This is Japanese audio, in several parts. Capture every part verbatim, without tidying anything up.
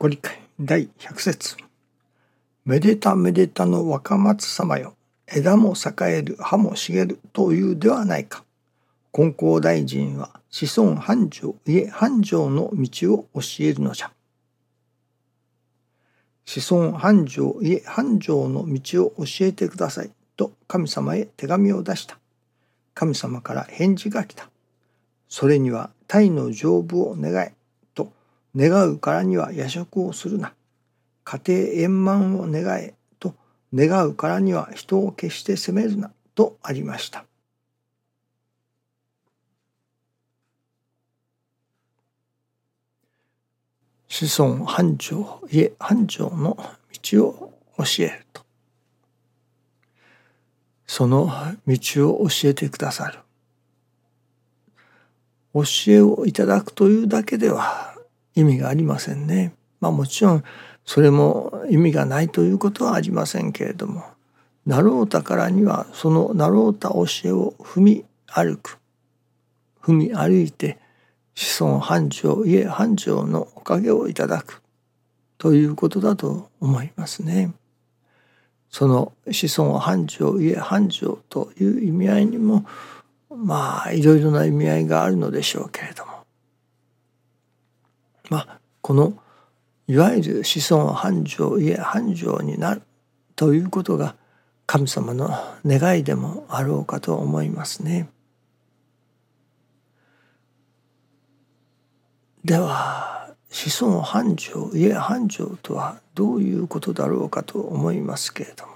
ご理解だいひゃく節。めでためでたの若松様よ、枝も栄える葉も茂るというではないか。金光大臣は子孫繁盛家繁盛の道を教えるのじゃ。子孫繁盛家繁盛の道を教えてくださいと神様へ手紙を出した。神様から返事が来た。それには鯛の丈夫を願えと願うからには夜食をするな。家庭円満を願えと願うからには人を決して責めるなとありました。子孫繁盛家繁盛の道を教えると、その道を教えてくださる。教えをいただくというだけでは意味がありませんね。まあもちろんそれも意味がないということはありませんけれども、なろうたからにはそのなろうた教えを踏み歩く、踏み歩いて子孫繁盛家繁盛のおかげをいただくということだと思いますね。その子孫繁盛家繁盛という意味合いにもまあいろいろな意味合いがあるのでしょうけれども、まあこのいわゆる子孫繁盛家繁盛になるということが神様の願いでもあろうかと思いますね。では子孫繁盛家繁盛とはどういうことだろうかと思いますけれども、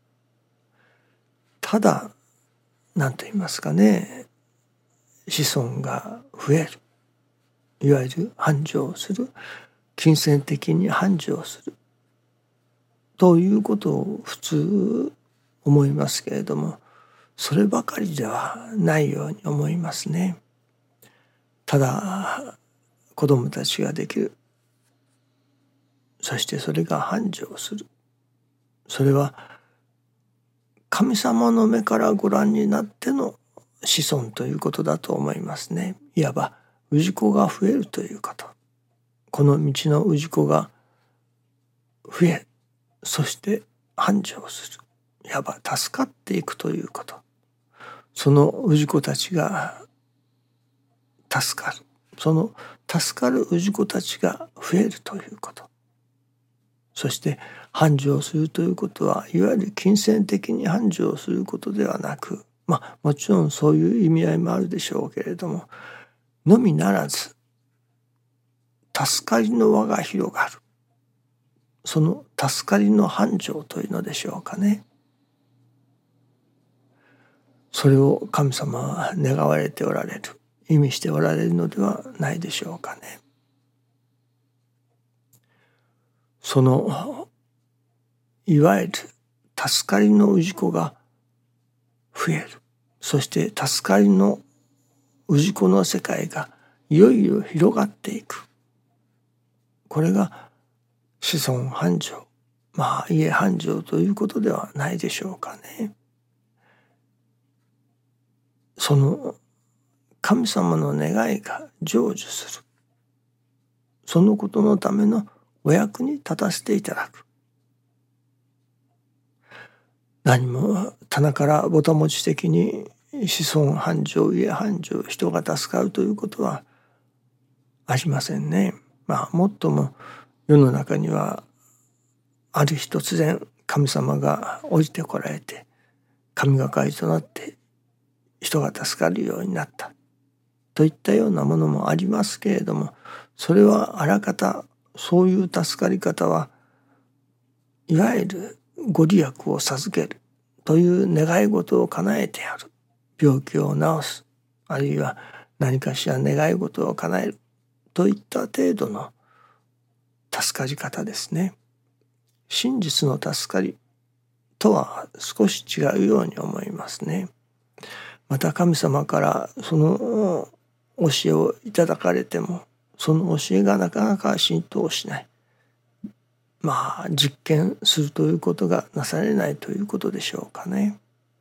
ただ何と言いますかね、子孫が増える、いわゆる繁盛する、金銭的に繁盛するということを普通思いますけれども、そればかりではないように思いますね。ただ子供たちができる、そしてそれが繁盛する、それは神様の目からご覧になっての子孫ということだと思いますね。いわば氏子が増えるということ、この道の氏子が増え、そして繁盛する、いわば助かっていくということ、その氏子たちが助かる、その助かる氏子たちが増えるということ、そして繁盛するということはいわゆる金銭的に繁盛することではなく、まあもちろんそういう意味合いもあるでしょうけれども、のみならず助かりの輪が広がる、その助かりの繁盛というのでしょうかね。それを神様は願われておられる、意味しておられるのではないでしょうかね。そのいわゆる助かりの氏子が増える、そして助かりの氏子の世界がいよいよ広がっていく、これが子孫繁盛、まあ家繁盛ということではないでしょうかね。その神様の願いが成就する、そのことのためのお役に立たせていただく。何も棚からぼたもち的に子孫繁盛家繁盛、人が助かるということはありませんね。まあもっとも世の中にはある日突然神様が降りてこられて神がかりとなって人が助かるようになったといったようなものもありますけれども、それはあらかたそういう助かり方はいわゆるご利益を授けるという願い事を叶えてやる、病気を治す、あるいは何かしら願い事を叶えるといった程度の助かり方ですね。真実の助かりとは少し違うように思いますね。また神様からその教えをいただかれても、その教えがなかなか浸透しない、まあ実験するということがなされないということでしょうかね。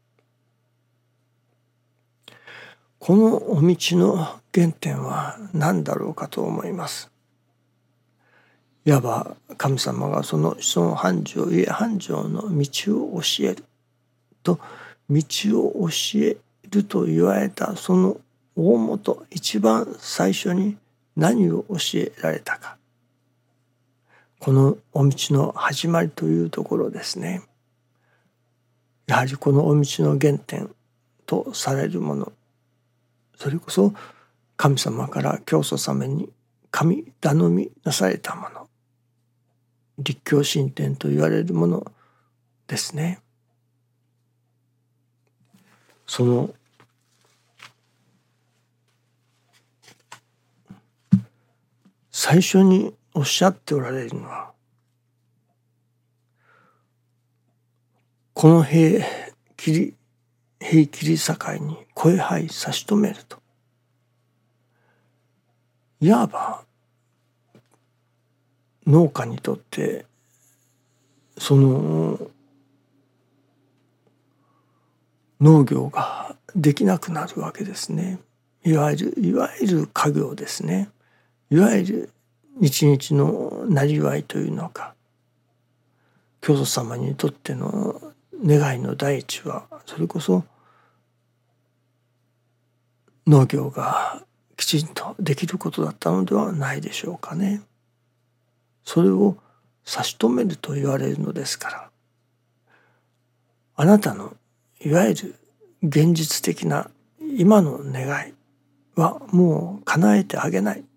このお道の原点は何だろうかと思います。 いわば神様がその子孫繁盛家繁盛の道を教えると、道を教えると言われたその大元、一番最初に何を教えられたか、このお道の始まりというところですね。やはりこのお道の原点とされるもの、それこそ神様から教祖様に神頼みなされたもの、立教神典と言われるものですね。その最初におっしゃっておられるのは、この塀切り塀切り境に声灰差し止めると、いわば農家にとってその農業ができなくなるわけですね。いわゆるいわゆる家業ですね。いわゆる日々のなりわいというのか、教祖様にとっての願いの第一は、それこそ農業がきちんとできることだったのではないでしょうかね。それを差し止めると言われるのですから、あなたのいわゆる現実的な今の願いはもう叶えてあげない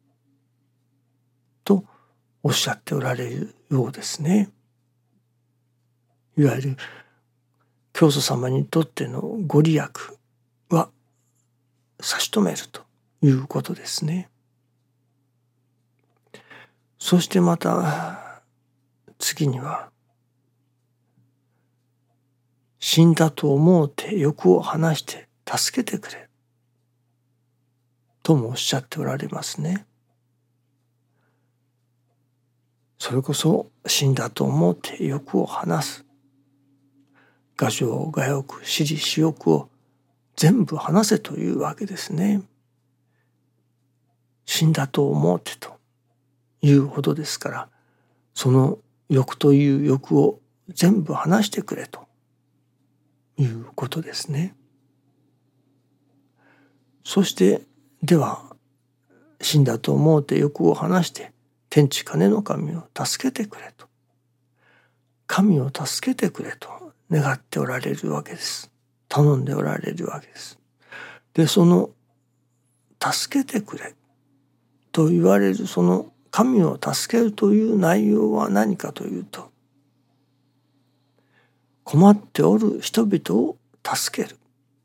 とおっしゃっておられるようですね。いわゆる教祖様にとってのご利益は差し止めるということですね。そしてまた次には、死んだと思うて欲を離して助けてくれともおっしゃっておられますね。それこそ死んだと思うて欲を離す、我情我欲私利私欲を全部離せというわけですね。死んだと思うてというほどですから、その欲という欲を全部離してくれということですね。そしてでは、死んだと思うて欲を離して天地金の神を助けてくれと、神を助けてくれと願っておられるわけです。頼んでおられるわけです。で、その助けてくれと言われるその神を助けるという内容は何かというと、困っておる人々を助ける。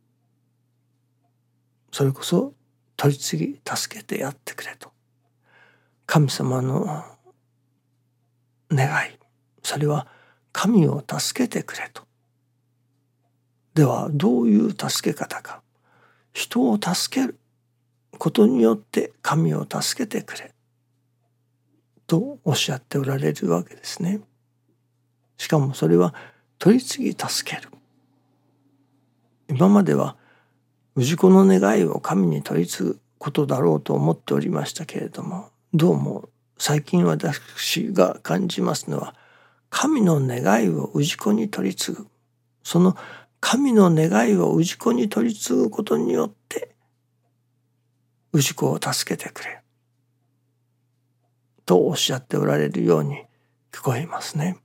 それこそ取り次ぎ助けてやってくれと。神様の願い、それは神を助けてくれと。ではどういう助け方か。人を助けることによって神を助けてくれとおっしゃっておられるわけですね。しかもそれは取り次ぎ助ける。今までは氏子の願いを神に取り次ぐことだろうと思っておりましたけれども、どうも最近私が感じますのは、神の願いを氏子に取り次ぐ、その神の願いを氏子に取り次ぐことによって氏子を助けてくれとおっしゃっておられるように聞こえますね。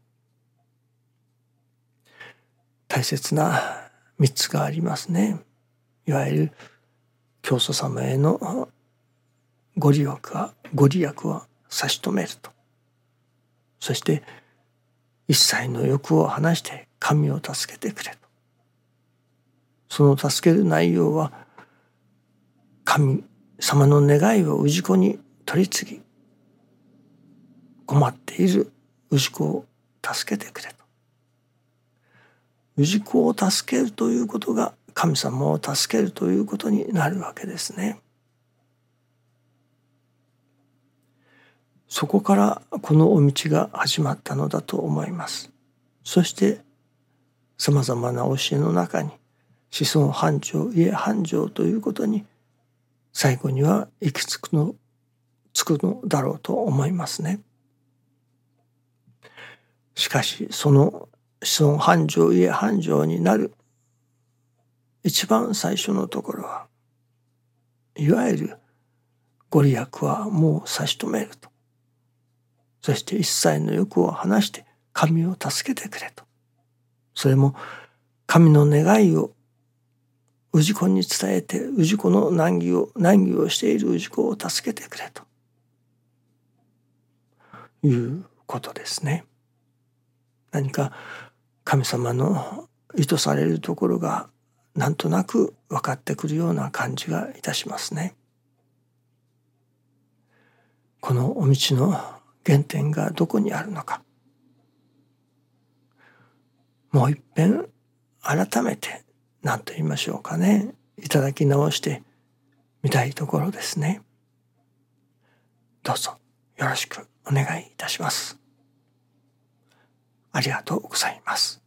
大切な三つがありますね。いわゆる教祖様へのご利益はご利益は差し止めると、そして一切の欲を離して神を助けてくれと。その助ける内容は、神様の願いを氏子に取り次ぎ、困っている氏子を助けてくれと。氏子を助けるということが神様を助けるということになるわけですね。そこからこのお道が始まったのだと思います。そしてさまざまな教えの中に子孫繁盛家繁盛ということに最後には行き着くのつくのだろうと思いますね。 しかしその子孫繁盛家繁盛になる一番最初のところは、いわゆるご利益はもう差し止めると。そして一切の欲を離して神を助けてくれと。それも神の願いを氏子に伝えて、氏子の難儀を難儀をしている氏子を助けてくれということですね。何か神様の意図されるところがなんとなく分かってくるような感じがいたしますね。このお道の原点がどこにあるのか、もう一遍改めて何と言いましょうかね、いただき直してみたいところですね。どうぞよろしくお願いいたします。ありがとうございます。